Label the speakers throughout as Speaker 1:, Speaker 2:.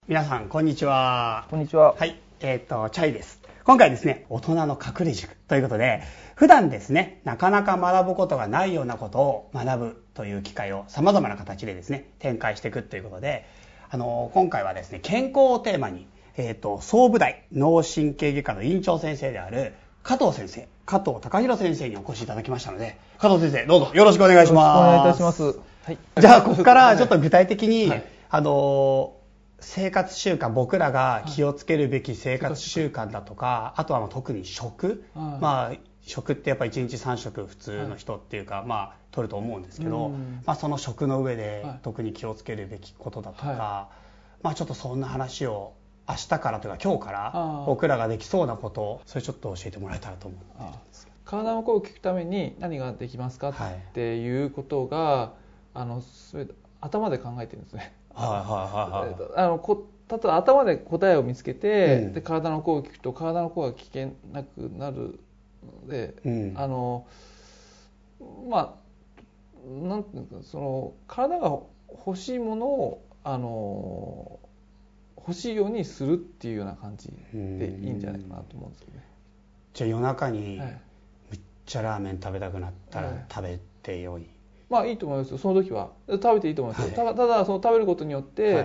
Speaker 1: 皆さんこんにちは。
Speaker 2: こんにちは。
Speaker 1: はい、チャイです。今回ですね、大人の隠れ塾ということで、普段ですね、なかなか学ぶことがないようなことを学ぶという機会を様々な形でですね、展開していくということで、今回はですね、健康をテーマに、総武大脳神経外科の院長先生である加藤先生、加藤隆弘先生にお越しいただきましたので、加藤先生どうぞよろしくお願いします。
Speaker 2: よろしくお願いいたします。
Speaker 1: はい、じゃあここからちょっと具体的に、
Speaker 2: はい、
Speaker 1: 生活習慣、僕らが気をつけるべき生活習慣だとか、あとは特に食、食ってやっぱり1日3食普通の人っていうか、取ると思うんですけど、その食の上で特に気をつけるべきことだとか、ちょっとそんな話を明日からというか今日から僕らができそうなことをそれちょっと教えてもらえたらと思っているんですけど。
Speaker 2: 体の声を聞くために何ができますかっていうことが、それ頭で考えてるんですね。例えば頭で答えを見つけて、で体の声を聞くと体の声が聞けなくなるので、なんていうか、その体が欲しいものを欲しいようにするっていうような感じでいいんじゃないかなと思うんですけどね。
Speaker 1: じゃあ夜中にめっちゃラーメン食べたくなったら食べてよい。
Speaker 2: いいと思いますよ。その時は食べていいと思いますよ。ただその食べることによって、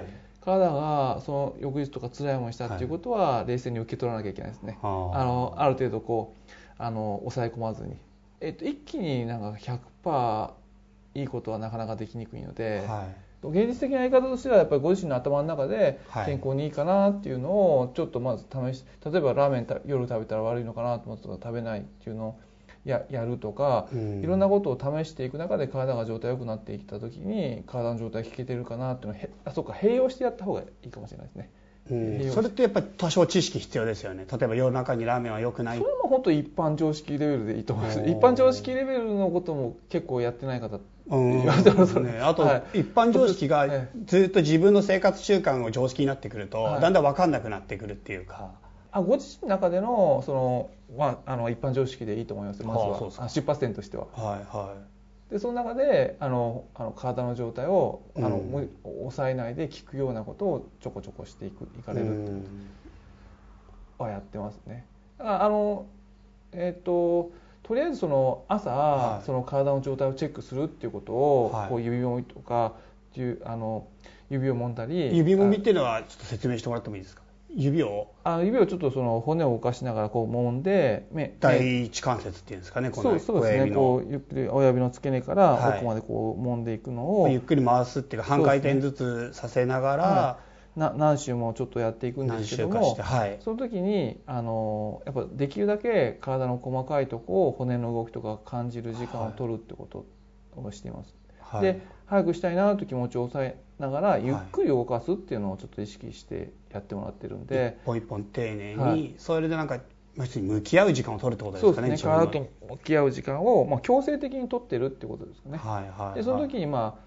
Speaker 2: 体がその翌日とか辛い思いしたっていうことは冷静に受け取らなきゃいけないですね。ある程度抑え込まずに、一気になんか 100% いいことはなかなかできにくいので、現実的なやり方としてはやっぱりご自身の頭の中で健康にいいかなっていうのをちょっとまず試し、例えばラーメン夜食べたら悪いのかなと思って食べないっていうのをやるとか、いろんなことを試していく中で体が状態良くなっていった時に体の状態聞けてるかなっていうのを併用してやった方がいいかもしれないですね。
Speaker 1: それってやっぱり多少知識必要ですよね。例えば夜中にラーメンは良くない。
Speaker 2: それも本当一般常識レベルでいいと思います。一般常識レベルのことも結構やってない方言われてますね。
Speaker 1: あと、一般常識がずっと自分の生活習慣が常識になってくると、だんだん分かんなくなってくるっていうか。
Speaker 2: ご自身の中での一般常識でいいと思います。まずは出発点としては。でその中で体の状態を抑えないで聞くようなことをちょこちょこしていかれるっていうはやってますね。だからとりあえずその朝、その体の状態をチェックするっていうことを、指もみとか指を揉んだり。
Speaker 1: 指もみっていうのはちょっと説明してもらってもいいですか。指を
Speaker 2: ちょっとその骨を動かしながら揉んで、
Speaker 1: 第一関節っていうんですかね、この
Speaker 2: そうですね、ゆっくり親指の付け根から奥まで揉んでいくのを、
Speaker 1: ゆっくり回すっていうか半回転ずつさせながら、
Speaker 2: 何周もちょっとやっていくんですけども、その時にやっぱできるだけ体の細かいところを骨の動きとか感じる時間を取るってことをしています。で早くしたいなという気持ちを抑えながらゆっくり動かすっていうのをちょっと意識してやってもらってるんで、
Speaker 1: 一本一本丁寧に、それでなんか向き合う時間を取るってことですかね。
Speaker 2: そうですね、体と向き合う時間を、強制的に取ってるってことですかね。でその時に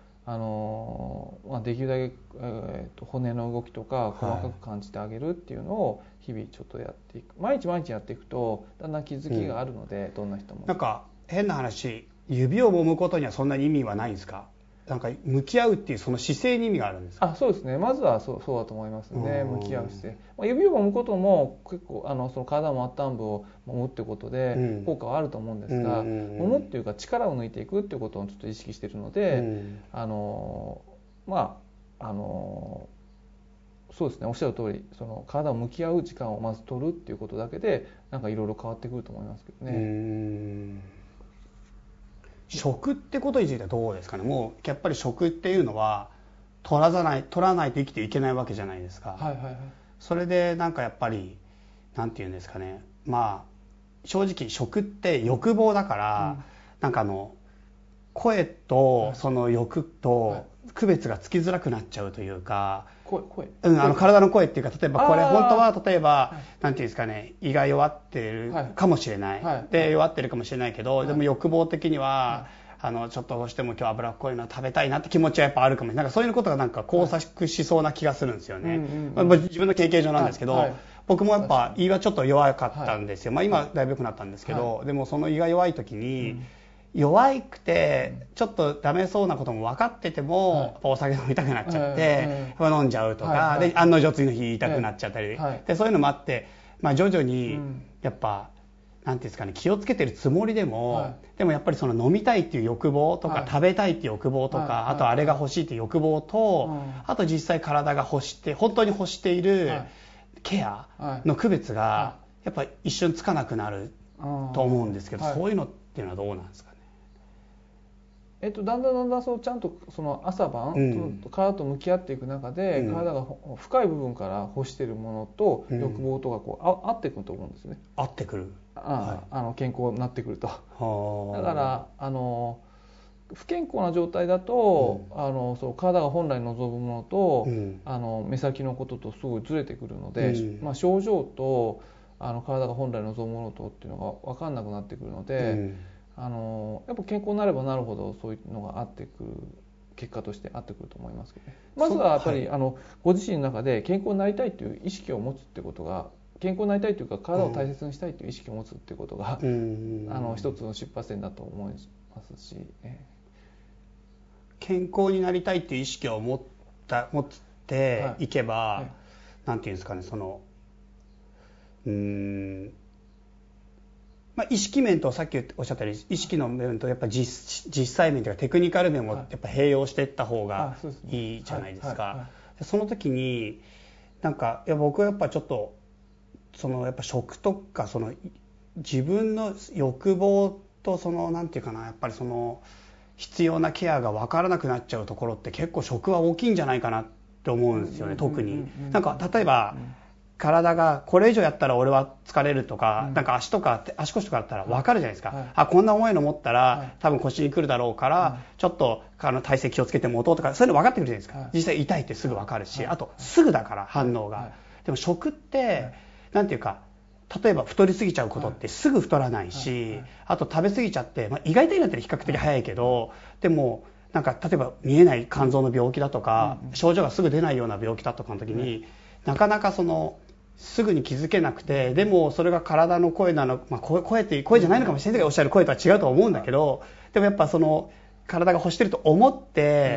Speaker 2: できるだけ、骨の動きとか細かく感じてあげるっていうのを日々ちょっとやっていく、毎日やっていくとだんだん気づきがあるので、どんな人も。
Speaker 1: なんか変な話、指を揉むことにはそんなに意味はないんですか。なんか向き合うっていうその姿勢に意味があるんですか。
Speaker 2: そうですね、まずはそうだと思いますね。向き合う姿勢、指を揉むことも結構その体の末端部を揉むってことで効果はあると思うんですが、揉むっていうか力を抜いていくっていうことをちょっと意識しているので、そうですね、おっしゃる通り、その体を向き合う時間をまず取るっていうことだけでなんかいろいろ変わってくると思いますけどね。
Speaker 1: 食ってことについてはどうですかね。もうやっぱり食っていうのは取らないと生きていけないわけじゃないですか。それでなんかやっぱりなんていうんですかね、正直食って欲望だから、なんか声とその欲と区別がつきづらくなっちゃうというか、体の声っていうか、例えばこれ本当は例えばなんていうんですかね、胃が弱ってるかもしれない、で弱ってるかもしれないけど、でも欲望的にはちょっとどうしても今日脂っこいの食べたいなって気持ちはやっぱあるかもしれない。なんかそういうことがなんか交錯しそうな気がするんですよね。自分の経験上なんですけど、僕もやっぱ胃はちょっと弱かったんですよ。今だいぶ良くなったんですけど、でもその胃が弱い時に弱くてちょっとダメそうなことも分かってても、やっぱお酒飲みたくなっちゃって、飲んじゃうとか、で案の定次の日痛くなっちゃったり、でそういうのもあって、徐々にやっぱなんていうんですかね、気をつけてるつもりでも、でもやっぱりその飲みたいっていう欲望とか、食べたいっていう欲望とか、あとあれが欲しいっていう欲望と、あと実際体が欲して本当に欲しているケアの区別がやっぱ一瞬つかなくなると思うんですけど、そういうのっていうのはどうなんですかね。
Speaker 2: だんだんそうちゃんとその朝晩、体と向き合っていく中で、体が深い部分から欲しているものと欲望とがこう合ってくると思うんですね。
Speaker 1: 合ってくる。
Speaker 2: 健康になってくると。だから不健康な状態だと、そう体が本来望むものと、目先のこととすごいずれてくるので、症状と体が本来望むものとっていうのが分かんなくなってくるので。やっぱ健康になればなるほどそういうのが合ってくる結果として合ってくると思いますけどね。まずはやっぱり、ご自身の中で健康になりたいという意識を持つってことが、健康になりたいというか体を大切にしたいという意識を持つっていうことが、一つの出発点だと思いますし、
Speaker 1: 健康になりたいという意識を持っていけば、なんていうんですかね、その意識面とさっきおっしゃったように意識の面とやっぱ実際面というかテクニカル面もやっぱ併用していった方がいいじゃないですか。その時になんか僕はやっぱちょっとそのやっぱ食とかその自分の欲望とそのなんていうかな、やっぱりその必要なケアが分からなくなっちゃうところって結構食は大きいんじゃないかなって思うんですよね。特になんか例えば体がこれ以上やったら俺は疲れるとか、なんか足腰とかだったら分かるじゃないですか、こんな重いの持ったら多分腰に来るだろうから、ちょっと体勢気をつけて持とうとか、そういうの分かってくるじゃないですか。実際痛いってすぐ分かるし、あとすぐだから反応が。でも食ってなんていうか、例えば太りすぎちゃうことってすぐ太らないし、あと食べ過ぎちゃって、意外といいのって比較的早いけど、でもなんか例えば見えない肝臓の病気だとか、症状がすぐ出ないような病気だとかの時に、なかなかそのすぐに気づけなくて、でもそれが体の声なの、声じゃないのかもしれないけど、おっしゃる声とは違うとは思うんだけど、でもやっぱその体が欲してると思って、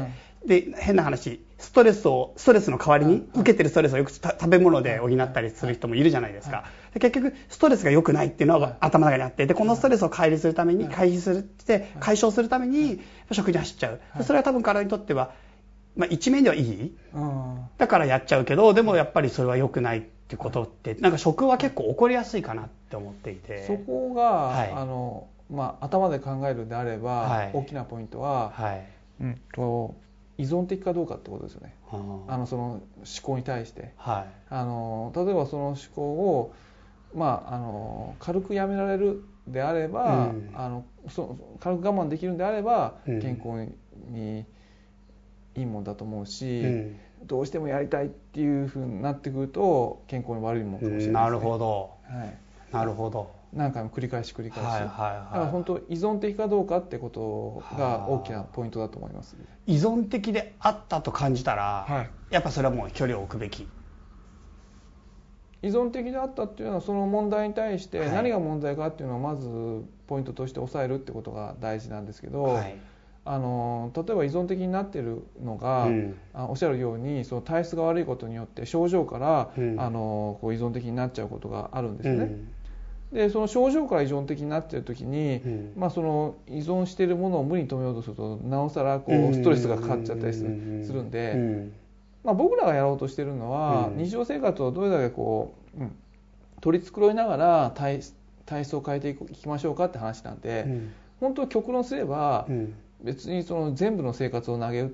Speaker 1: で変な話、ストレスの代わりに受けてるストレスをよく食べ物で補ったりする人もいるじゃないですか。で結局ストレスが良くないっていうのは頭の中にあって、でこのストレスを解消するために解消するために食に走っちゃう。それは多分体にとっては一面ではいい、だからやっちゃうけど、でもやっぱりそれは良くないってことって、なんか食は結構起こりやすいかなって思っていて、
Speaker 2: そこが、頭で考えるであれば、大きなポイントは、依存的かどうかってことですよね。その思考に対して、例えばその思考を、軽くやめられるであれば、軽く我慢できるんであれば、健康にいいもんだと思うし、どうしてもやりたいっていう風になってくると健康に悪いもんかもしれないですね。
Speaker 1: なるほど、なるほど。
Speaker 2: 何回も繰り返し、だから本当依存的かどうかってことが大きなポイントだと思います。
Speaker 1: 依存的であったと感じたら、やっぱそれはもう距離を置くべき。
Speaker 2: 依存的であったっていうのは、その問題に対して何が問題かっていうのをまずポイントとして抑えるってことが大事なんですけど、例えば依存的になっているのが、おっしゃるようにその体質が悪いことによって症状から、こう依存的になっちゃうことがあるんですね。でその症状から依存的になっている時に、その依存しているものを無理に止めようとすると、なおさらストレスがかかっちゃったりするんで、僕らがやろうとしているのは、日常生活をどれだけ取り繕いながら体質を変えていきましょうかって話なんで、本当に極論すれば、別にその全部の生活を投げ打って、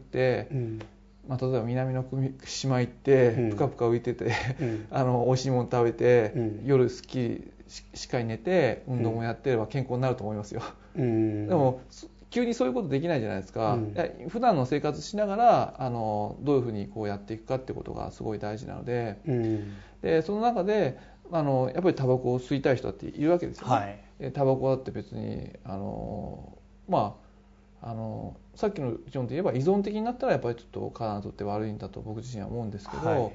Speaker 2: 例えば南の島行ってぷかぷか浮いてて、美味しいもの食べて、夜すっきりしっかり寝て運動もやってれば健康になると思いますよ。でも急にそういうことできないじゃないですか。普段の生活しながらどういうふうにやっていくかってことがすごい大事なので、でその中でやっぱりタバコを吸いたい人だっているわけですよね。タバコだって別にさっきの理論で言えば依存的になったらやっぱりちょっと体にとって悪いんだと僕自身は思うんですけど、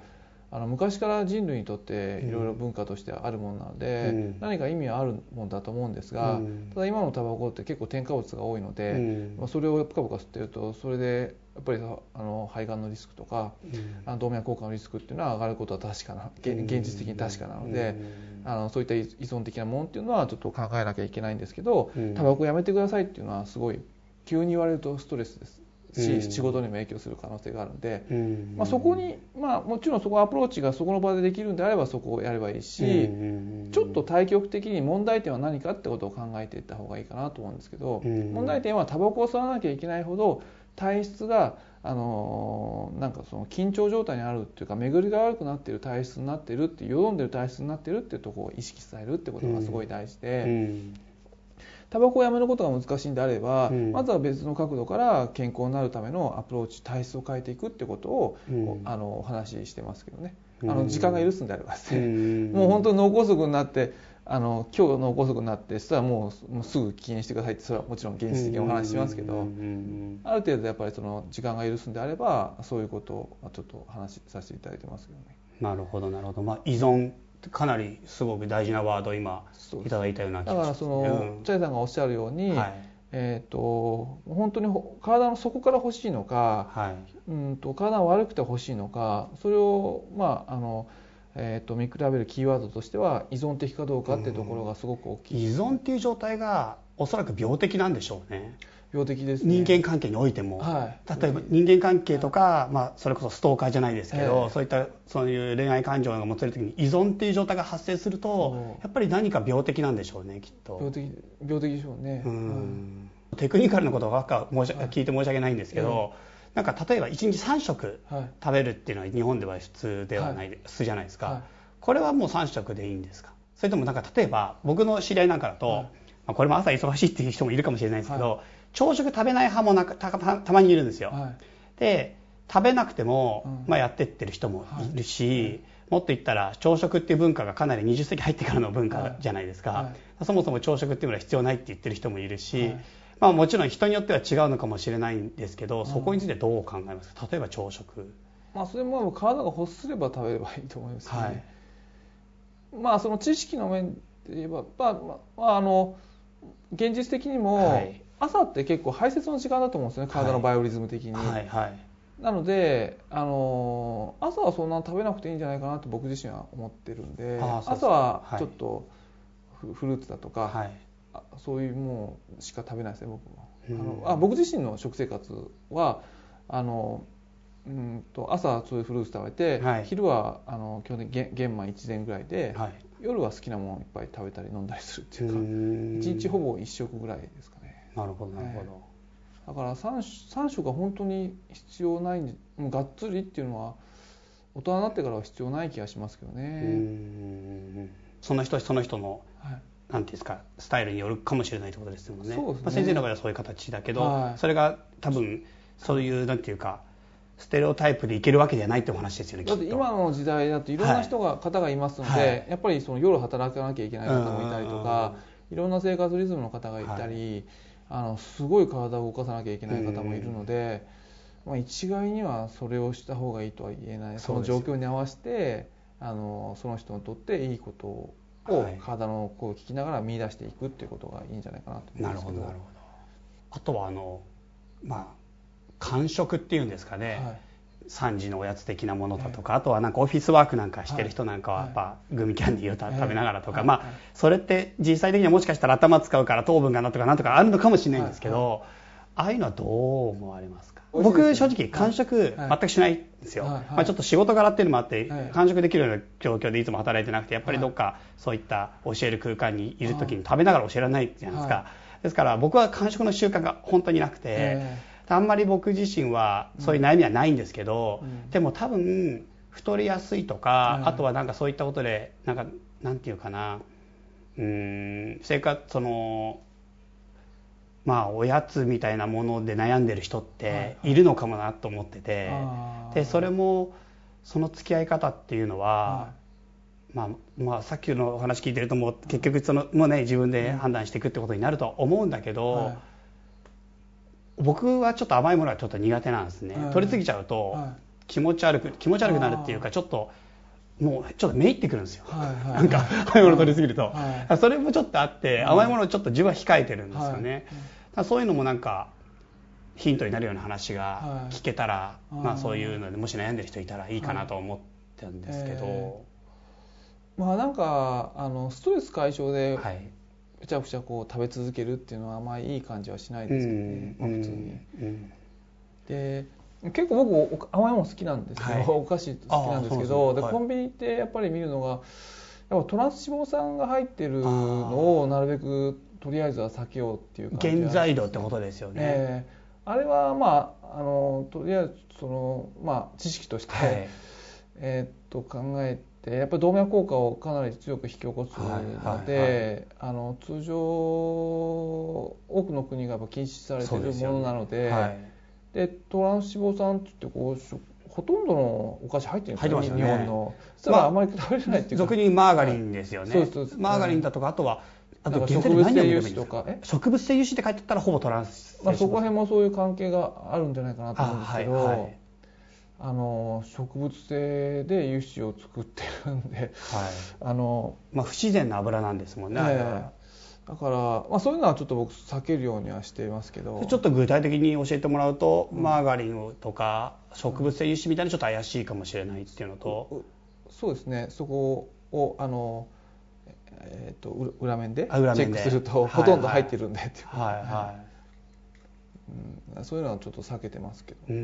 Speaker 2: 昔から人類にとっていろいろ文化としてあるものなので、何か意味はあるものだと思うんですが、ただ今のタバコって結構添加物が多いので、それをプカプカ吸ってるとそれでやっぱり肺がんのリスクとか、動脈硬化のリスクっていうのは上がることは確かな、現実的に確かなので、そういった依存的なものっていうのはちょっと考えなきゃいけないんですけど、タバコやめてくださいっていうのはすごい急に言われるとストレスですし、仕事にも影響する可能性があるので、そこに、もちろんそこアプローチがそこの場でできるんであればそこをやればいいし、ちょっと対極的に問題点は何かってことを考えていった方がいいかなと思うんですけど、問題点はタバコを吸わなきゃいけないほど体質がなんかその緊張状態にあるっていうか、巡りが悪くなっている体質になっているっていう、よどんでいる体質になっているっていうところを意識されるってことがすごい大事で、タバコをやめることが難しいんであれば、まずは別の角度から健康になるためのアプローチ、体質を変えていくってことを、お話ししてますけどね。時間が許すんであればですね、もう本当に脳梗塞になって今日脳梗塞になってしたらもうすぐ禁煙してくださいって、それはもちろん現実的にお話ししますけど、ある程度やっぱりその時間が許すんであればそういうことをちょっと話しさせていただいてますけどね。
Speaker 1: なるほどなるほど。依存かなりすごく大事なワードを今いただいたような気がします。
Speaker 2: だからそのチャイさんがおっしゃるように、本当に体の底から欲しいのか、体が悪くて欲しいのか、それを見比べるキーワードとしては依存的かどうかっていうところがすごく大きい。
Speaker 1: 依存っていう状態がおそらく病的なんでしょうね。
Speaker 2: 病的ですね。
Speaker 1: 人間関係においても、例えば人間関係とか、それこそストーカーじゃないですけど、そういう恋愛感情が持てる時に依存っていう状態が発生すると、やっぱり何か病的なんでしょうね、きっと。
Speaker 2: 病的でしょうね。
Speaker 1: テクニカルなことばっか聞いて申し訳ないんですけど、なんか例えば1日3食食べるっていうのは日本では普通ではない、普通じゃないですか。これはもう3食でいいんですか？それともなんか例えば僕の知り合いなんかだと、これも朝忙しいっていう人もいるかもしれないですけど、朝食食べない派もたまにいるんですよ。で食べなくても、やってってる人もいるし、もっと言ったら朝食っていう文化がかなり20世紀入ってからの文化じゃないですか。そもそも朝食っていうのは必要ないって言ってる人もいるし、もちろん人によっては違うのかもしれないんですけど、そこについてどう考えますか？例えば朝食。
Speaker 2: それも体が欲すれば食べればいいと思いますね。その知識の面で言えば、現実的にも、朝って結構排泄の時間だと思うんですよね、体のバイオリズム的に。なので朝はそんな食べなくていいんじゃないかなと僕自身は思ってるんで、朝はちょっとフルーツだとか、そういうものしか食べないですね、僕も。僕自身の食生活は朝そういうフルーツ食べて、昼は基本的に玄米1膳ぐらいで、夜は好きなものをいっぱい食べたり飲んだりするっていうか、1日ほぼ1食ぐらいですかね。
Speaker 1: なるほどなるほど。
Speaker 2: だから3食は本当に必要ない、がっつりっていうのは大人になってからは必要ない気がしますけどね。
Speaker 1: その人その人の、なんていうんですか、スタイルによるかもしれないってことですもんね。
Speaker 2: そうですね。
Speaker 1: 先生の場合はそういう形だけど、それが多分そういうなんていうかステレオタイプでいけるわけじゃないってお話ですよね。
Speaker 2: だって今の時代だといろんな方がいますので、やっぱりその夜働かなきゃいけない方もいたりとか、いろんな生活リズムの方がいたり、すごい体を動かさなきゃいけない方もいるので、一概にはそれをした方がいいとは言えない。その状況に合わせてその人にとっていいことを体の声を聞きながら見出していくっていうことがいいんじゃないかなと思いますけど。
Speaker 1: なるほどなるほど。あとは間食っていうんですかね、3時のおやつ的なものだとか、あとはなんかオフィスワークなんかしてる人なんかはやっぱグミキャンディーを食べながらとか、それって実際的にはもしかしたら頭使うから糖分がなんとかなんとかあるのかもしれないんですけど、ああいうのはどう思われますか？僕正直間食全くしないんですよ。ちょっと仕事柄っていうのもあって間食できるような状況でいつも働いてなくて、やっぱりどっかそういった教える空間にいる時に食べながら教えられないじゃないですか。ですから僕は間食の習慣が本当になくて、あんまり僕自身はそういう悩みはないんですけど、でも多分太りやすいとか、あとはなんかそういったことでなんていうかな、生活おやつみたいなもので悩んでる人っているのかもなと思ってて、でそれもその付き合い方っていうのは、さっきのお話聞いてるともう結局自分で判断していくってことになるとは思うんだけど、僕はちょっと甘いものがちょっと苦手なんですね。取りすぎちゃうと気持ち悪くなるっていうか、ちょっともうちょっとめいってくるんですよ、なんか甘いもの取りすぎると、それもちょっとあって、甘いものをちょっと自分は控えてるんですよね、そういうのもなんかヒントになるような話が聞けたら、まあそういうのでもし悩んでる人いたらいいかなと思ってるんですけど、
Speaker 2: まあなんかストレス解消でめちゃくちゃこう食べ続けるっていうのはあんまりいい感じはしないですけどね、まあ、普通に。で結構僕甘いもの好きなんですけど、お菓子好きなんですけど、でコンビニってやっぱり見るのがやっぱトランス脂肪酸が入ってるのをなるべくとりあえずは避けようっていう感じは、
Speaker 1: 原材料ってことですよね、
Speaker 2: あれはまあとりあえずまあ、知識として、考えてやっぱり動脈硬化をかなり強く引き起こすので、通常多くの国がやっぱ禁止されているものなので、でトランス脂肪酸ってこうほとんどのお菓子入ってるんですよね、日本の。そしたらあまり食べれないっていうか、
Speaker 1: 俗にマーガリンですよね、マーガリンだとか、あと
Speaker 2: 植物性油脂とか、
Speaker 1: 植物性油脂って書いてあったらほぼトランス、
Speaker 2: まあ、そこら辺もそういう関係があるんじゃないかなと思うんですけど、植物性で油脂を作ってるんで、
Speaker 1: まあ、不自然な油なんですもんね、
Speaker 2: だから、まあ、そういうのはちょっと僕避けるようにはしていますけど。
Speaker 1: ちょっと具体的に教えてもらうと、マーガリンとか植物性油脂みたいにちょっと怪しいかもしれないっていうのと、
Speaker 2: そうですね、そこを裏面でチェックするとほとんど入ってるんでっていう、そういうのはちょっと避けてますけど、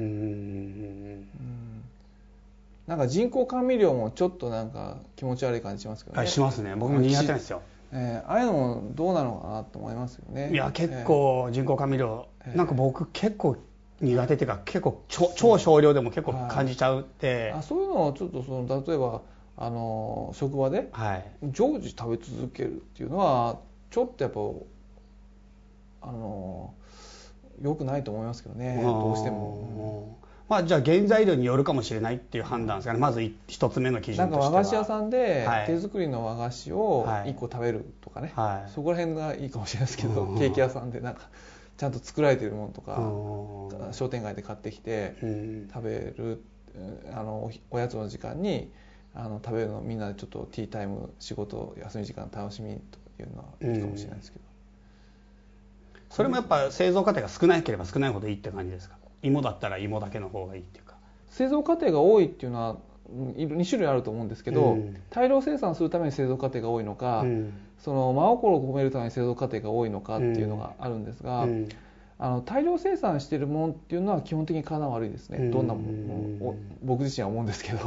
Speaker 2: なんか人工甘味料もちょっとなんか気持ち悪い感じしますけどね。
Speaker 1: しますね、僕も苦手なんですよ。
Speaker 2: ああいうのもどうなのかなと思いますよね。
Speaker 1: いや結構人工甘味料、なんか僕結構苦手っていうか、結構超少量でも結構感じちゃうって、
Speaker 2: そういうのをちょっと例えば職場で常時食べ続けるっていうのはちょっとやっぱ良くないと思いますけどね、どうしても。
Speaker 1: まあ、じゃあ原材料によるかもしれないっていう判断ですかね、まず一つ目の基準としては。
Speaker 2: なんか和菓子屋さんで手作りの和菓子を1個食べるとかね、そこら辺がいいかもしれないですけど、ケーキ屋さんでなんかちゃんと作られてるものとか商店街で買ってきて食べる、おやつの時間に食べるのをみんなでちょっとティータイム、仕事休み時間楽しみというのはいいかもしれないですけど、
Speaker 1: それもやっぱ製造過程が少なければ少ないほどいいって感じですか？芋だったら芋だけの方がいいっていうか。
Speaker 2: 製造過程が多いっていうのは2種類あると思うんですけど、大量生産するために製造過程が多いのか、その真心を込めるために製造過程が多いのかっていうのがあるんですが、大量生産しているものっていうのは基本的に体悪いですね、どんなものを僕自身は思うんですけ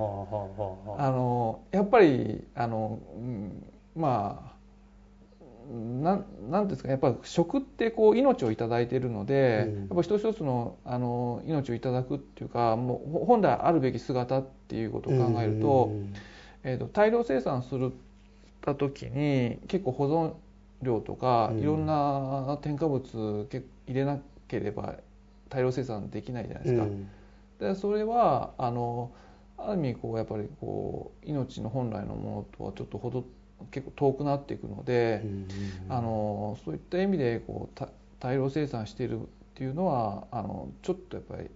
Speaker 2: ど、やっぱりまあなんていうんですかね、やっぱり食ってこう命をいただいているので、やっぱ一つ一つの命をいただくっていうか、もう本来あるべき姿っていうことを考えると、大量生産するた時に結構保存量とかいろんな添加物入れなければ大量生産できないじゃないですか。でそれはある意味こうやっぱりこう命の本来のものとはちょっと結構遠くなっていくので、そういった意味でこう大量生産しているっていうのはちょっとやっぱり、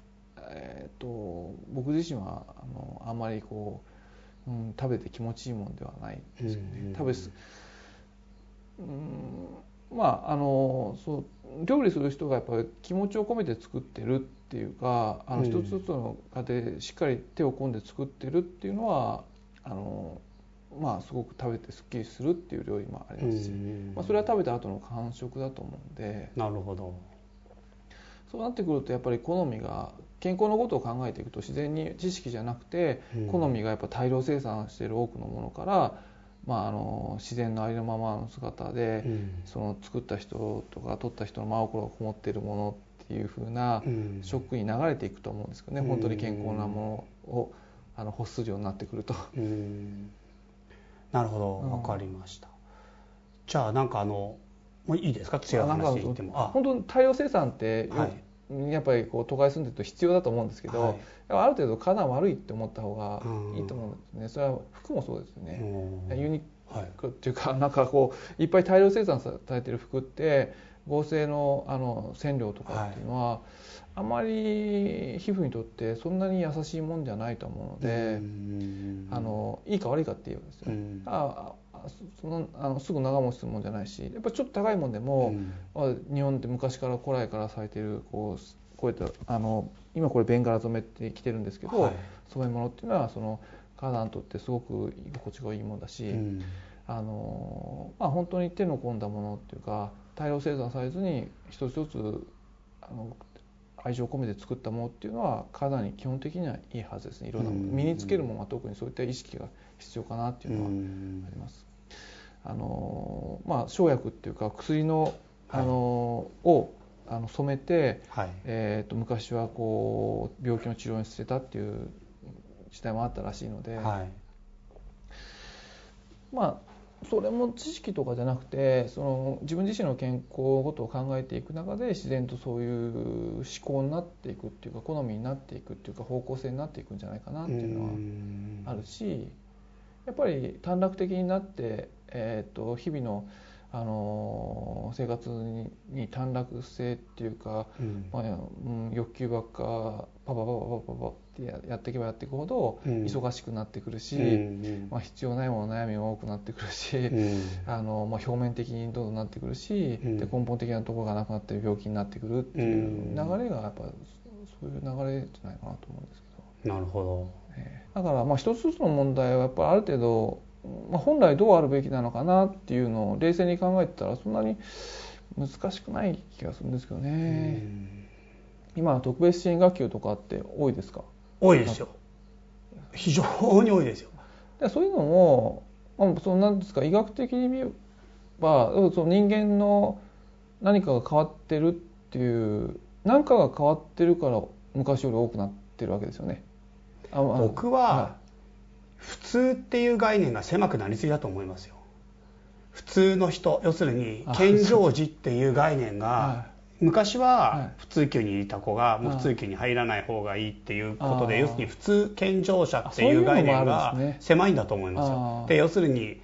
Speaker 2: 僕自身はあんまりこう、食べて気持ちいいものではないですよね。そう料理する人がやっぱり気持ちを込めて作ってるっていうか、一つ一つの過程しっかり手を込んで作ってるっていうのはすごく食べてすっきりするっていう料理もありますし、それは食べた後の感触だと思うんで。
Speaker 1: なるほど。
Speaker 2: そうなってくるとやっぱり好みが、健康のことを考えていくと自然に知識じゃなくて好みがやっぱ大量生産している多くのものから、自然のありのままの姿で、その作った人とか取った人の真心がこもっているものっていう風な食に流れていくと思うんですけどね、本当に健康なものを欲するようになってくると。
Speaker 1: なるほど、分かりました。じゃあなんかもういいですか、違う話で言っても。
Speaker 2: 本当に大量生産ってやっぱりこう都会住んでると必要だと思うんですけど、ある程度体悪いって思った方がいいと思うんですね。それは服もそうですよね。ユニークっていうか、なんかこういっぱい大量生産されてる服って合成の染料とかっていうのは、あまり皮膚にとってそんなに優しいもんじゃないと思うので、いいか悪いかっていうんですよ。すぐ長持ちするもんじゃないし、やっぱりちょっと高いもんでも、日本って昔から古来からされているこういった今これベンガラ染めって着てるんですけど、染め物っていうのはその体にとってすごく居心地がいいものだし、本当に手の込んだものっていうか大量生産されずに一つ一つ愛情を込めて作ったものっていうのは体に基本的にはいいはずですね。いろんなもの身につけるものは特にそういった意識が必要かなっていうのはあります。生薬っていうか薬の、を染めて、昔はこう病気の治療に捨てたっていう時代もあったらしいので、それも知識とかじゃなくて、その自分自身の健康のことを考えていく中で自然とそういう思考になっていくっていうか、好みになっていくっていうか、方向性になっていくんじゃないかなっていうのはあるし、やっぱり短絡的になって、日々の生活に短絡性っていうか、欲求ばっかパパってやっていけばやっていくほど忙しくなってくるし、必要ないもの悩みも多くなってくるし、表面的にどんどんなってくるし、で根本的なところがなくなって病気になってくるっていう流れがやっぱそういう流れじゃないかなと思うんですけど。
Speaker 1: なるほど。
Speaker 2: だから一つずつの問題はやっぱりある程度本来どうあるべきなのかなっていうのを冷静に考えてたらそんなに難しくない気がするんですけどね。今特別支援学級とかって多いですか？
Speaker 1: 多いですよ。非常に多いですよ。
Speaker 2: そういうのもなんですか、医学的に見ればその人間の何かが変わってるっていう何かが変わってるから昔より多くなってるわけですよね。
Speaker 1: 僕は普通っていう概念が狭くなりすぎだと思いますよ。普通の人、要するに健常児っていう概念が昔は普通級にいた子がもう普通級に入らない方がいいっていうことで、要するに普通健常者っていう概念が狭いんだと思いますよ。で要するに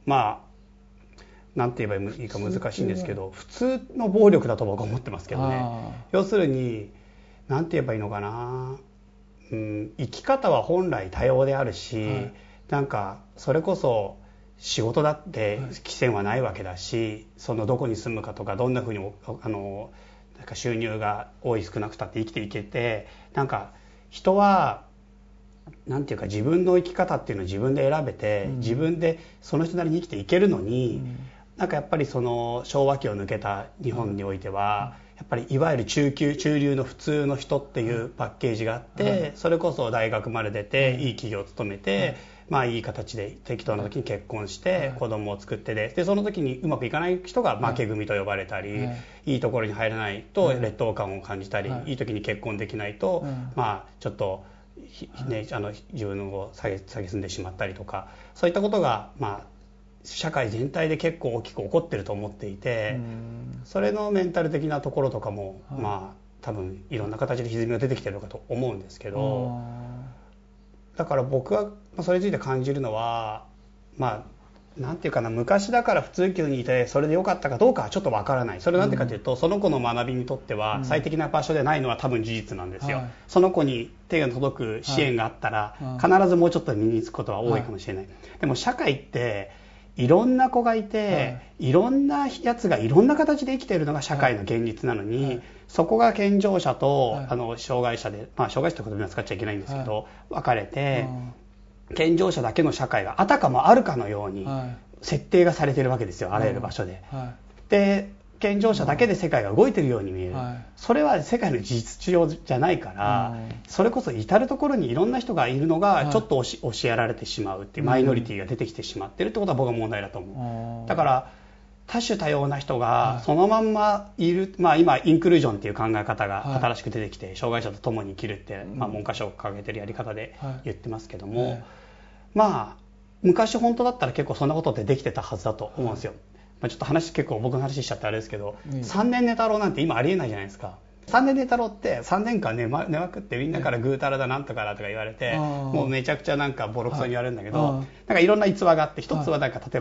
Speaker 1: なんて言えばいいか難しいんですけど、普通の暴力だと僕は思ってますけどね。要するになんて言えばいいのかな、生き方は本来多様であるし、なんかそれこそ仕事だって規制はないわけだし、そのどこに住むかとかどんなふうになんか収入が多い少なくたって生きていけて、なんか人はなんていうか自分の生き方っていうのを自分で選べて、自分でその人なりに生きていけるのに、なんかやっぱりその昭和期を抜けた日本においては、やっぱりいわゆる中流の普通の人っていうパッケージがあって、それこそ大学まで出ていい企業を勤めて、いい形で適当な時に結婚して子供を作ってでその時にうまくいかない人が負け組と呼ばれたり、いいところに入らないと劣等感を感じたり、いい時に結婚できないとちょっと自分を下げすんでしまったりとか、そういったことが社会全体で結構大きく起こってると思っていて、それのメンタル的なところとかも多分いろんな形で歪みが出てきてるのかと思うんですけど、だから僕はそれについて感じるのはなんていうかな、昔だから普通級にいてそれで良かったかどうかはちょっとわからない。それなんでかというと、その子の学びにとっては最適な場所でないのは多分事実なんですよ。その子に手が届く支援があったら必ずもうちょっと身につくことは多いかもしれない。でも社会っていろんな子がいて、いろんなやつがいろんな形で生きているのが社会の現実なのに、そこが健常者と障害者で、障害者って言葉は使っちゃいけないんですけど、分かれて健常者だけの社会があたかもあるかのように設定がされているわけですよ、あらゆる場所で。で健常者だけで世界が動いているように見える。それは世界の事実上じゃないから、それこそ至る所にいろんな人がいるのがちょっと教えられてしまうっていうマイノリティが出てきてしまってるってことは僕は問題だと思う。だから多種多様な人がそのまんまいる、今インクルージョンっていう考え方が新しく出てきて、障害者と共に生きるって、文科省が掲げてるやり方で言ってますけども、昔本当だったら結構そんなことってできてたはずだと思うんですよ。ちょっと結構僕の話しちゃってあれですけど、3年寝太郎なんて今ありえないじゃないですか。3年寝太郎って3年間寝まくってみんなからグータラだなんとかだとか言われて、もうめちゃくちゃなんかボロクソに言われるんだけど、なんかいろんな逸話があって、一つはなんか例えば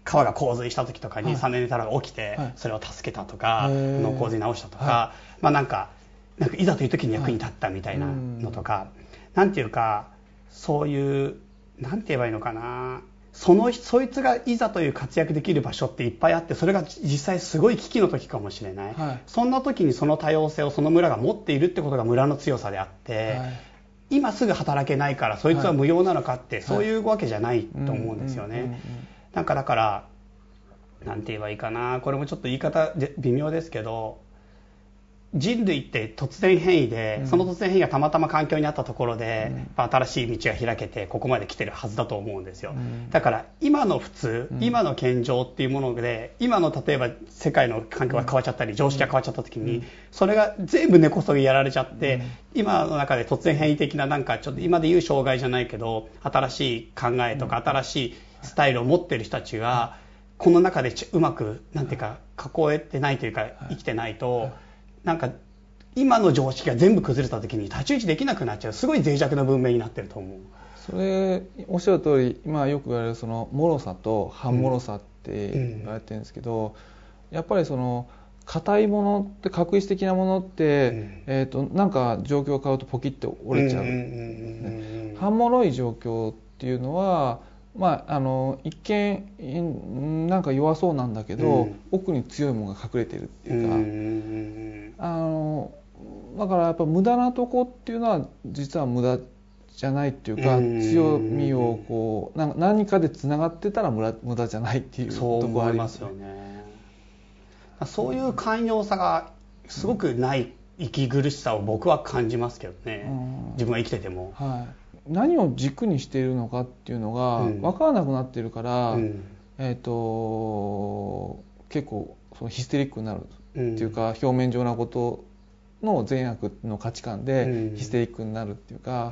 Speaker 1: 川が洪水した時とかに3年寝たらが起きてそれを助けたとか、洪水直したとか、なんかいざという時に役に立ったみたいなのとか、なんていうかそういうなんて言えばいいのかな、そいつがいざという活躍できる場所っていっぱいあって、それが実際すごい危機の時かもしれない、そんな時にその多様性をその村が持っているってことが村の強さであって、今すぐ働けないからそいつは無用なのかって、そういうわけじゃないと思うんですよね。だからなんて言えばいいかな、これもちょっと言い方微妙ですけど、人類って突然変異で、その突然変異がたまたま環境にあったところで、新しい道が開けてここまで来てるはずだと思うんですよ。だから今の普通、今の現状っていうもので、今の例えば世界の環境が変わっちゃったり常識が変わっちゃった時に、それが全部根こそぎやられちゃって、今の中で突然変異的ななんかちょっと今で言う障害じゃないけど、新しい考えとか新しいスタイルを持ってる人たちがこの中でうまくなんていうか囲えてないというか生きてないと、なんか今の常識が全部崩れた時に太刀打ちできなくなっちゃう、すごい脆弱な文明になってると思う。
Speaker 2: それおっしゃる通り、今よく言われるその脆さと反脆さって言われてるんですけど、やっぱりその硬いものって確率的なものって、なんか状況が変わるとポキッと折れちゃう、反脆い状況っていうのは、一見なんか弱そうなんだけど、奥に強いものが隠れてるっていうか、だからやっぱ無駄なとこっていうのは実は無駄じゃないっていうか、強みをこう何かでつながってたら無駄じゃないっていうところありますよね。
Speaker 1: そういう寛容さがすごくない息苦しさを僕は感じますけどね、自分が生きてても。
Speaker 2: 何を軸にしているのかっていうのが分からなくなっているから、結構そのヒステリックになるっていうか、表面上なことの善悪の価値観でヒステリックになるっていうか、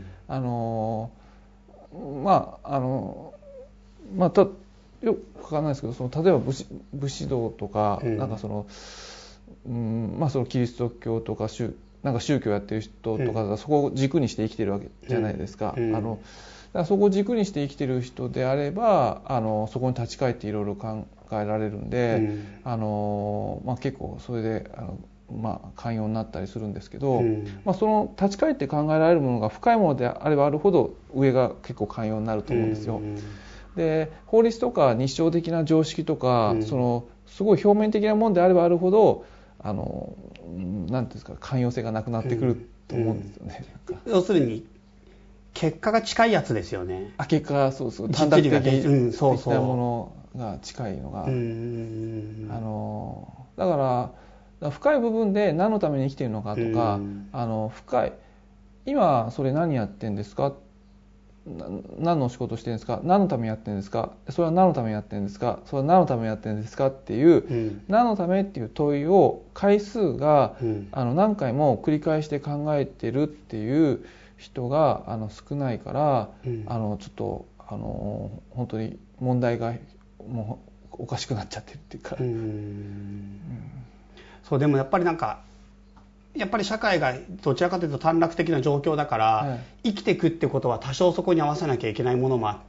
Speaker 2: よく分からないですけど、その例えば武士道とか、なんかそのキリスト教とかなんか宗教やってる人とか、そこを軸にして生きてるわけじゃないですか。だからそこを軸にして生きてる人であれば、そこに立ち返っていろいろ考えられるんで、結構それで寛容になったりするんですけど、その立ち返って考えられるものが深いものであればあるほど上が結構寛容になると思うんですよ。で、法律とか日常的な常識とか、そのすごい表面的なものであればあるほどなんていうんですか、寛容性がなくなってくると思うんですよね。
Speaker 1: 要するに結果が近いやつですよね。
Speaker 2: 結果がそう短絡的なものが近いのが、だから深い部分で何のために生きているのかとか、深い今それ何やってんですか、何の仕事してるんですか、何のためにやってるんですか、それは何のためにやってるんですか、それは何のためにやってるんですかっていう、何のためっていう問いを回数が、何回も繰り返して考えてるっていう人が少ないから、ちょっと本当に問題がもうおかしくなっちゃってるっていうか。
Speaker 1: そう、でもやっぱりなんかやっぱり社会がどちらかというと短絡的な状況だから、生きていくってことは多少そこに合わせなきゃいけないものもあって、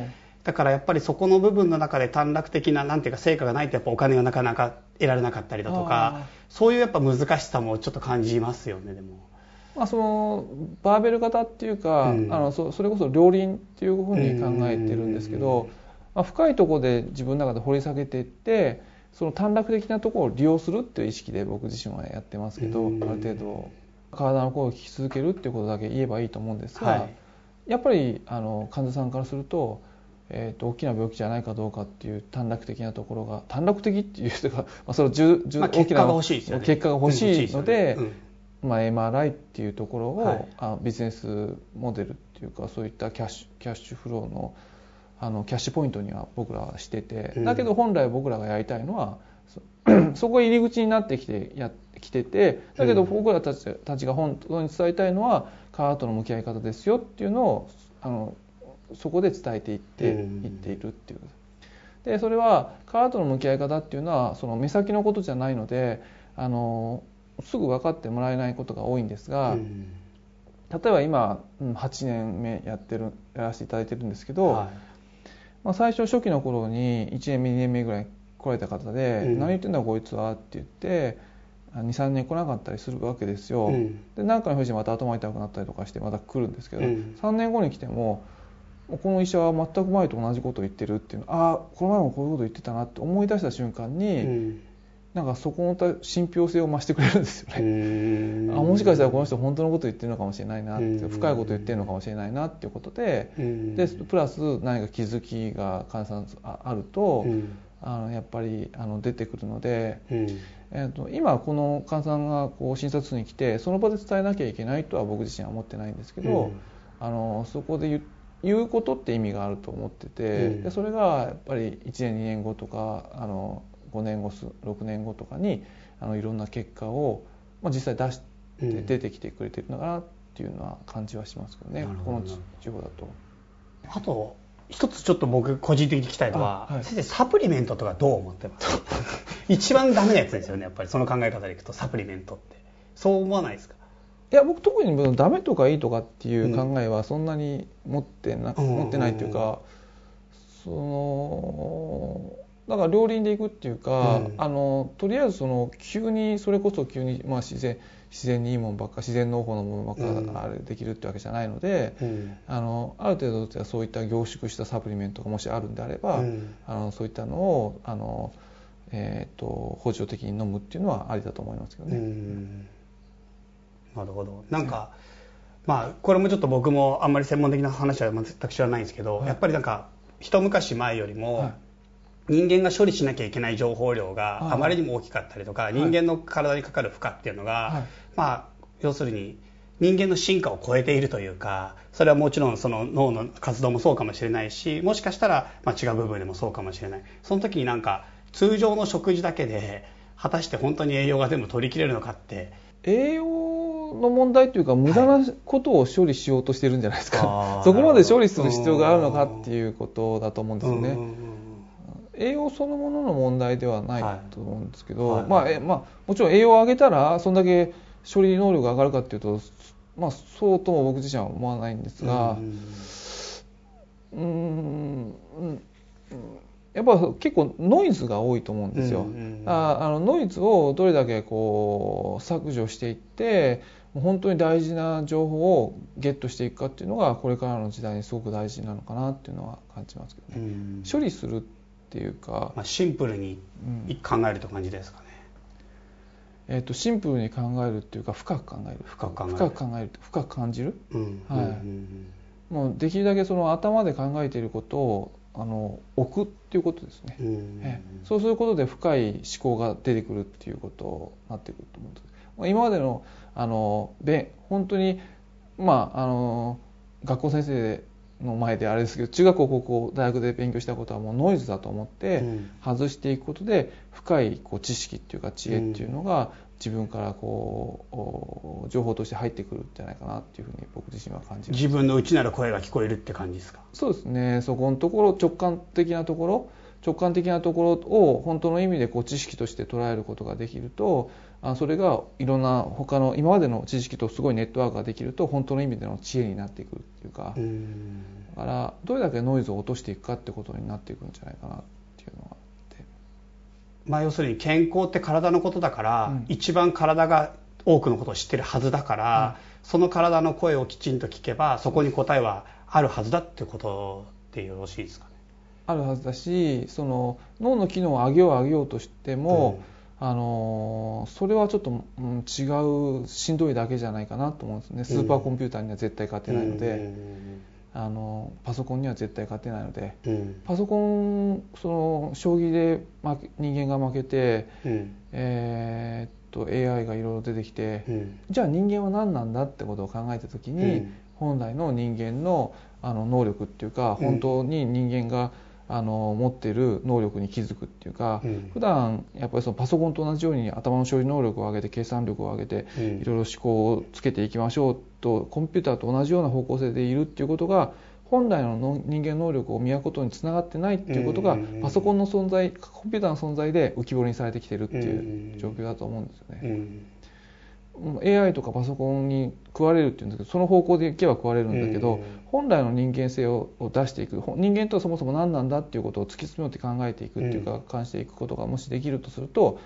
Speaker 1: だからやっぱりそこの部分の中で短絡的ななんていうか成果がないとやっぱお金がなかなか得られなかったりだとか、そういうやっぱ難しさもちょっと感じますよね。でも
Speaker 2: そのバーベル型っていうか、それこそ両輪っていうふうに考えてるんですけど、深いところで自分の中で掘り下げていって、その短絡的なところを利用するっていう意識で僕自身はやってますけど、ある程度体の声を聞き続けるっていうことだけ言えばいいと思うんですが、やっぱり患者さんからすると、大きな病気じゃないかどうかっていう短絡的なところが、短絡的っていう人が、それ大きな結果が欲しいので、MRI っていうところを、ビジネスモデルっていうか、そういったキャッシュフローのキャッシュポイントには僕らはしてて、だけど本来僕らがやりたいのはそこが入り口になってきてて、だけど僕らたちが本当に伝えたいのは川との向き合い方ですよっていうのをそこで伝えていっているっていう。でそれは川との向き合い方っていうのはその目先のことじゃないので、すぐ分かってもらえないことが多いんですが、例えば今8年目やらせていただいてるんですけど、 最初初期の頃に1年目2年目ぐらい来られた方で、何言ってんだこいつはって言って2、3年来なかったりするわけですよ。で何かの拍子でまた頭痛くなったりとかしてまた来るんですけど、3年後に来てもこの医者は全く前と同じことを言ってるっていうの、この前もこういうこと言ってたなって思い出した瞬間に、なんかそこの信憑性を増してくれるんですよね。もしかしたらこの人本当のこと言ってるのかもしれないなって、深いこと言ってるのかもしれないなっていうことで、でプラス何か気づきが患者さんあると、やっぱり出てくるので、今この患者さんがこう診察室に来てその場で伝えなきゃいけないとは僕自身は思ってないんですけど、そこで言うことって意味があると思ってて、でそれがやっぱり1年2年後とか5年後6年後とかにいろんな結果を、実際出して出てきてくれてるのかなっていうのは感じはしますけどね、この地方だと。
Speaker 1: あと一つちょっと僕個人的に聞きたいのは、先生サプリメントとかどう思ってます一番ダメなやつですよね、やっぱりその考え方でいくとサプリメントってそう思わないですか？
Speaker 2: いや僕特にダメとかいいとかっていう考えはそんなに持ってないというか、だから両輪でいくっていうか、とりあえず急にそれこそ急に、自然にいいものばっか自然農法のものばっかできるってわけじゃないので、ある程度そういった凝縮したサプリメントがもしあるんであれば、そういったのを補助的に飲むっていうのはありだと思いますけどね。
Speaker 1: なるほど。なんかこれもちょっと僕もあんまり専門的な話は全く知らないんですけど、やっぱりなんか一昔前よりも、人間が処理しなきゃいけない情報量があまりにも大きかったりとか、人間の体にかかる負荷っていうのが、要するに人間の進化を超えているというか、それはもちろんその脳の活動もそうかもしれないし、もしかしたら違う部分でもそうかもしれない。その時になんか通常の食事だけで果たして本当に栄養が全部取り切れるのかって、
Speaker 2: 栄養の問題というか無駄なことを処理しようとしてるんじゃないですか。そこまで処理する必要があるのかっていうことだと思うんですよね。栄養そのものの問題ではないと思うんですけど、もちろん栄養を上げたらそんだけ処理能力が上がるかっていうと、そうとも僕自身は思わないんですが、やっぱ結構ノイズが多いと思うんですよ。ノイズをどれだけこう削除していって本当に大事な情報をゲットしていくかっていうのがこれからの時代にすごく大事なのかなっていうのは感じますけどね。処理するっていうか、
Speaker 1: シンプルに考えるという感じですかね。
Speaker 2: シンプルに考えるっていうか深く考える、深く感じる、もうできるだけその頭で考えていることを置くっていうことですね。そうすることで深い思考が出てくるっていうことになってくると思うんです。今までの本当に学校先生の前であれですけど、中学校高校大学で勉強したことはもうノイズだと思って外していくことで深い知識っていうか知恵っていうのが自分から情報として入ってくるんじゃないかなっていうふうに僕自身は感じます。
Speaker 1: 自分の内なる声が聞こえるって感じですか？
Speaker 2: そうですね。そこのところ直感的なところを本当の意味で知識として捉えることができると、それがいろんな他の今までの知識とすごいネットワークができると本当の意味での知恵になっていくっていうか、だからどれだけノイズを落としていくかってことになっていくんじゃないかなっていうのがあって、
Speaker 1: 要するに健康って体のことだから、一番体が多くのことを知ってるはずだから、その体の声をきちんと聞けばそこに答えはあるはずだってことでよろしいですかね？
Speaker 2: あるはずだし、その脳の機能を上げようとしても、それはちょっと、違うしんどいだけじゃないかなと思うんですね。スーパーコンピューターには絶対勝てないので、パソコンには絶対勝てないので、パソコン将棋で人間が負けて、AI がいろいろ出てきて、じゃあ人間は何なんだってことを考えた時に、本来の人間の能力っていうか、本当に人間が持っている能力に気づくっていうか、普段やっぱりそのパソコンと同じように頭の処理能力を上げて計算力を上げていろいろ思考をつけていきましょうと、コンピューターと同じような方向性でいるっていうことが本来の人間能力を磨くことにつながってないっていうことが、パソコンの存在、コンピューターの存在で浮き彫りにされてきてるっていう状況だと思うんですよね。 AI とかパソコンに食われるっていうんですけど、その方向でいけば食われるんだけど、本来の人間性を出していく、人間とはそもそも何なんだっていうことを突き詰めて考えていくっていうか、関していくことがもしできるとすると、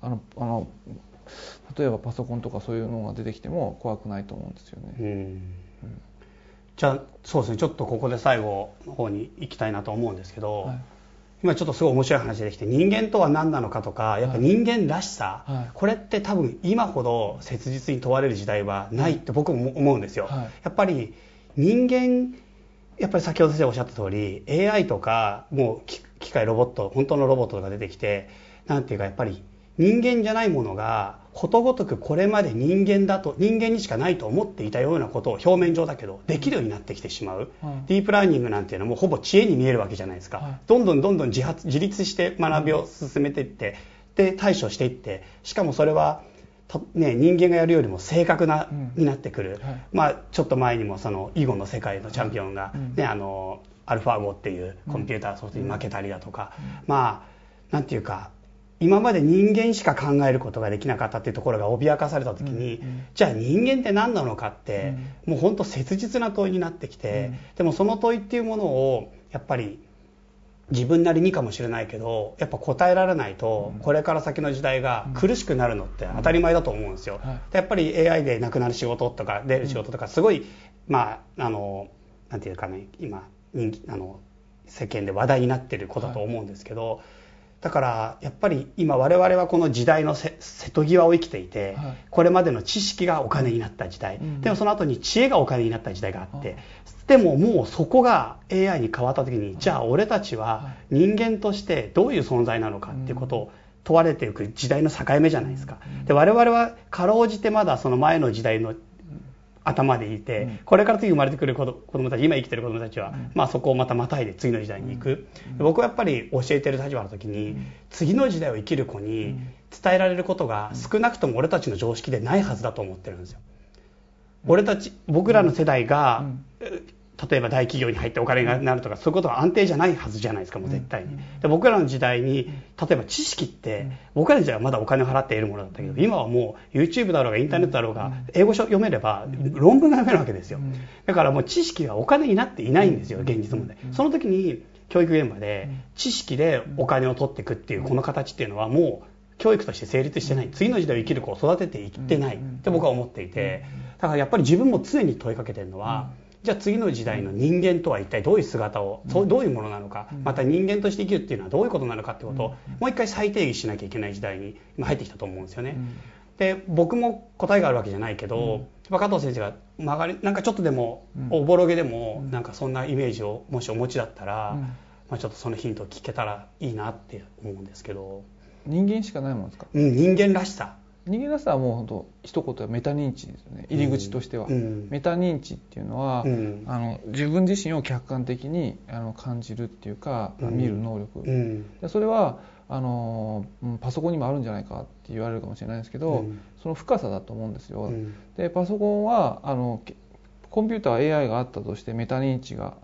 Speaker 2: 例えばパソコンとかそういうのが出てきても怖くないと思うんですよね。
Speaker 1: じゃあそうですね、ちょっとここで最後の方に行きたいなと思うんですけど、今ちょっとすごい面白い話できて、人間とは何なのかとか、やっぱ人間らしさ、これって多分今ほど切実に問われる時代はないって僕も思うんですよ。やっぱり人間、やっぱり先ほど先生おっしゃった通り AI とかもう機械ロボット、本当のロボットとか出てきて、なんていうかやっぱり人間じゃないものがことごとくこれまで人間にしかないと思っていたようなことを表面上だけどできるようになってきてしまう、ディープラーニングなんていうのもほぼ知恵に見えるわけじゃないですか、どんどん自立して学びを進めていって、で対処していって、しかもそれは人間がやるよりも正確になってくる、ちょっと前にもその囲碁の世界のチャンピオンが、アルファ碁っていうコンピューターソフトに負けたりだとか、なんていうか今まで人間しか考えることができなかったっていうところが脅かされた時に、じゃあ人間って何なのかって、もう本当切実な問いになってきて、でもその問いっていうものをやっぱり自分なりにかもしれないけどやっぱ答えられないと、これから先の時代が苦しくなるのって当たり前だと思うんですよ。やっぱり AI でなくなる仕事とか出る仕事とかすごいなんていうかね、今世間で話題になってることだと思うんですけど、だからやっぱり今我々はこの時代の瀬戸際を生きていて、これまでの知識がお金になった時代、でもその後に知恵がお金になった時代があって、でももうそこが AI に変わった時に、じゃあ俺たちは人間としてどういう存在なのかっていうことを問われていく時代の境目じゃないですか。で我々はかろうじてまだその前の時代の頭でいて、これから次生まれてくる子供たち、今生きてる子供たちは、そこをまたまたいで次の時代に行く、僕はやっぱり教えてる立場の時に、次の時代を生きる子に伝えられることが少なくとも俺たちの常識でないはずだと思ってるんですよ。僕らの世代が例えば大企業に入ってお金がなるとか、そういうことは安定じゃないはずじゃないですか、もう絶対に。で僕らの時代に例えば知識って僕らの時代はまだお金を払って得るものだったけど、今はもう YouTube だろうがインターネットだろうが英語読めれば論文が読めるわけですよ。だからもう知識がお金になっていないんですよ、現実問題。その時に教育現場で知識でお金を取っていくっていうこの形っていうのはもう教育として成立してない、次の時代を生きる子を育てていってないって僕は思っていて、だからやっぱり自分も常に問いかけてるのは、じゃあ次の時代の人間とは一体どういう姿を、どういうものなのか、また人間として生きるっていうのはどういうことなのかってことをもう一回再定義しなきゃいけない時代に今入ってきたと思うんですよね。で僕も答えがあるわけじゃないけど、加藤先生がなんかちょっとでもおぼろげでもなんかそんなイメージをもしお持ちだったら、ちょっとそのヒントを聞けたらいいなって思うんですけど。
Speaker 2: 人間しかないものですか？
Speaker 1: 人間らしさ。
Speaker 2: 人間らしさはもう本当一言でメタ認知ですよね、入り口としては。メタ認知っていうのは、自分自身を客観的に感じるっていうか、見る能力、でそれはパソコンにもあるんじゃないかって言われるかもしれないですけど、その深さだと思うんですよ。でパソコンはコンピューターは AI があったとして、メタ認知が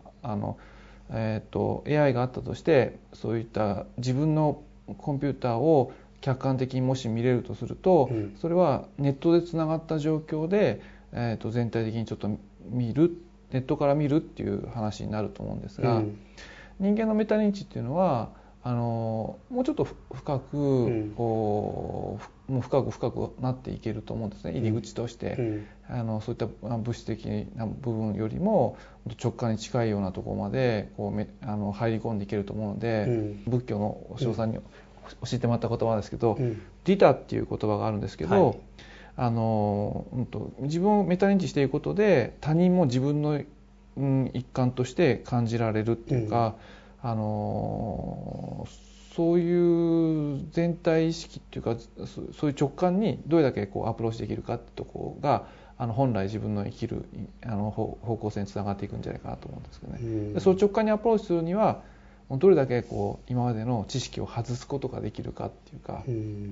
Speaker 2: AI があったとして、そういった自分のコンピューターを客観的にもし見れるとすると、それはネットでつながった状況で、全体的にちょっとネットから見るっていう話になると思うんですが、人間のメタ認知っていうのはもうちょっと深く、もう深くなっていけると思うんですね、入り口として。そういった物質的な部分よりも直感に近いようなところまで入り込んでいけると思うので、仏教のお師匠さんに教えてもらった言葉ですけど、利他っていう言葉があるんですけど、自分をメタ認知していくことで他人も自分の一環として感じられるっていうか、そういう全体意識っていうか、そういう直感にどれだけアプローチできるかってところが本来自分の生きる方向性につながっていくんじゃないかなと思うんですけどね。でその直感にアプローチするにはどれだけ今までの知識を外すことができるかっていうか、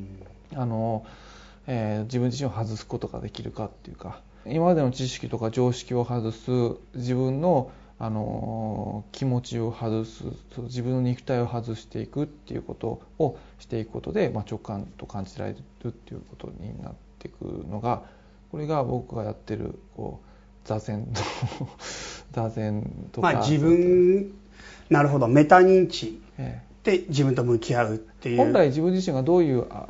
Speaker 2: 自分自身を外すことができるかっていうか、今までの知識とか常識を外す、自分の気持ちを外す、自分の肉体を外していくっていうことをしていくことで、直感と感じられるっていうことになっていくのがこれが僕がやってる座禅とか、
Speaker 1: 自分、なるほど、メタ認知で自分と向き合うっていう。
Speaker 2: 本来自分自身がどういうどういう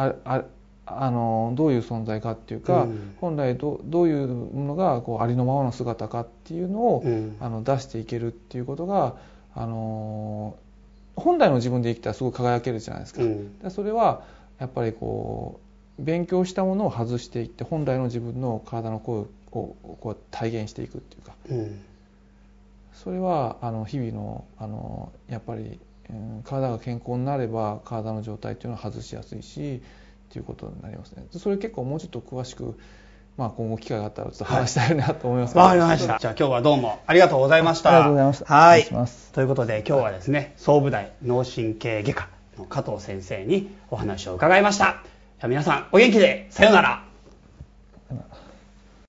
Speaker 2: 存在かっていうか、本来どういうものがありのままの姿かっていうのを、出していけるっていうことが、本来の自分で生きたらすごい輝けるじゃないですか。それはやっぱり勉強したものを外していって本来の自分の体の声を体現していくっていうか、それは日々のやっぱり、体が健康になれば体の状態っていうのは外しやすいしっていうことになりますね。それ結構もうちょっと詳しく、今後機会があったらちょっと話したいなと思います。
Speaker 1: わかりました。じゃあ今日はどうもありがとうございました。
Speaker 2: ありがとうございました。
Speaker 1: はい。ということで今日はですね、総武大脳神経外科の加藤先生にお話を伺いました。皆さんお元気でさようなら。